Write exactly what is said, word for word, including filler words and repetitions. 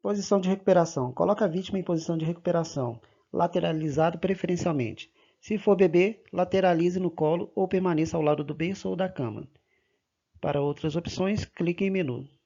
Posição de recuperação. Coloque a vítima em posição de recuperação, lateralizado preferencialmente. Se for bebê, lateralize no colo ou permaneça ao lado do berço ou da cama. Para outras opções, clique em menu.